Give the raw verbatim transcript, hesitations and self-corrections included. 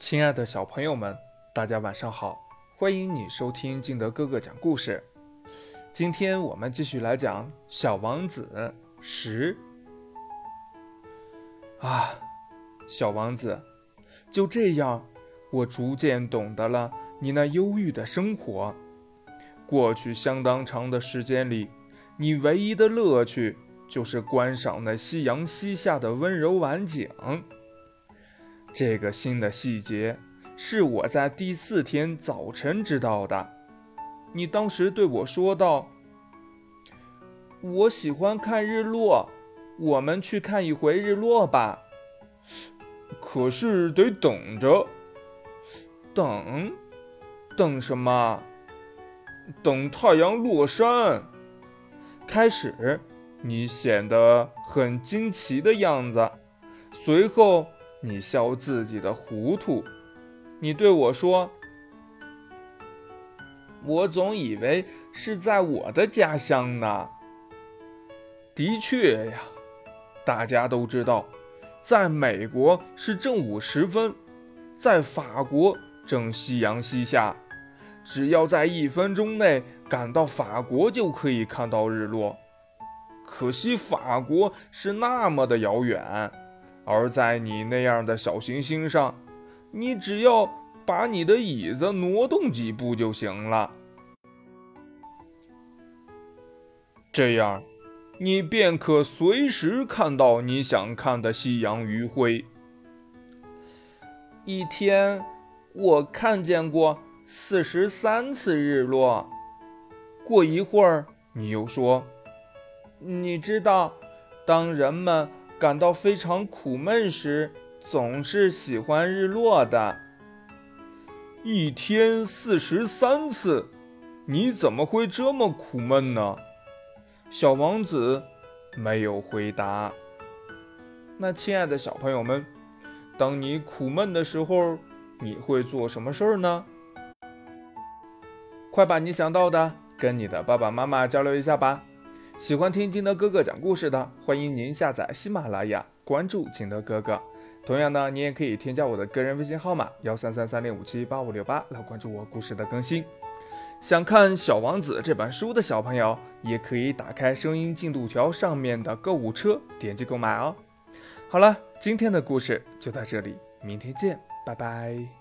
亲爱的小朋友们，大家晚上好，欢迎你收听金德哥哥讲故事。今天我们继续来讲《小王子》十。啊，小王子，就这样，我逐渐懂得了你那忧郁的生活。过去相当长的时间里，你唯一的乐趣就是观赏那夕阳西下的温柔晚景。这个新的细节是我在第四天早晨知道的。你当时对我说道：我喜欢看日落，我们去看一回日落吧。可是得等着。等？等什么？等太阳落山。开始你显得很惊奇的样子，随后你笑自己的糊涂。你对我说：我总以为是在我的家乡呢。的确呀，大家都知道，在美国是正午时分，在法国正夕阳西下，只要在一分钟内赶到法国就可以看到日落。可惜法国是那么的遥远，而在你那样的小行星上，你只要把你的椅子挪动几步就行了。这样，你便可随时看到你想看的夕阳余晖。一天，我看见过四十三次日落。过一会儿，你又说：你知道，当人们感到非常苦闷时，总是喜欢日落的。一天四十三次，你怎么会这么苦闷呢？小王子没有回答。那亲爱的小朋友们，当你苦闷的时候，你会做什么事儿呢？快把你想到的跟你的爸爸妈妈交流一下吧。喜欢听金德哥哥讲故事的，欢迎您下载喜马拉雅，关注金德哥哥。同样呢，你也可以添加我的个人微信号码幺三三三零五七八五六八来关注我故事的更新。想看《小王子》这本书的小朋友，也可以打开声音进度条上面的购物车，点击购买哦。好了，今天的故事就到这里，明天见，拜拜。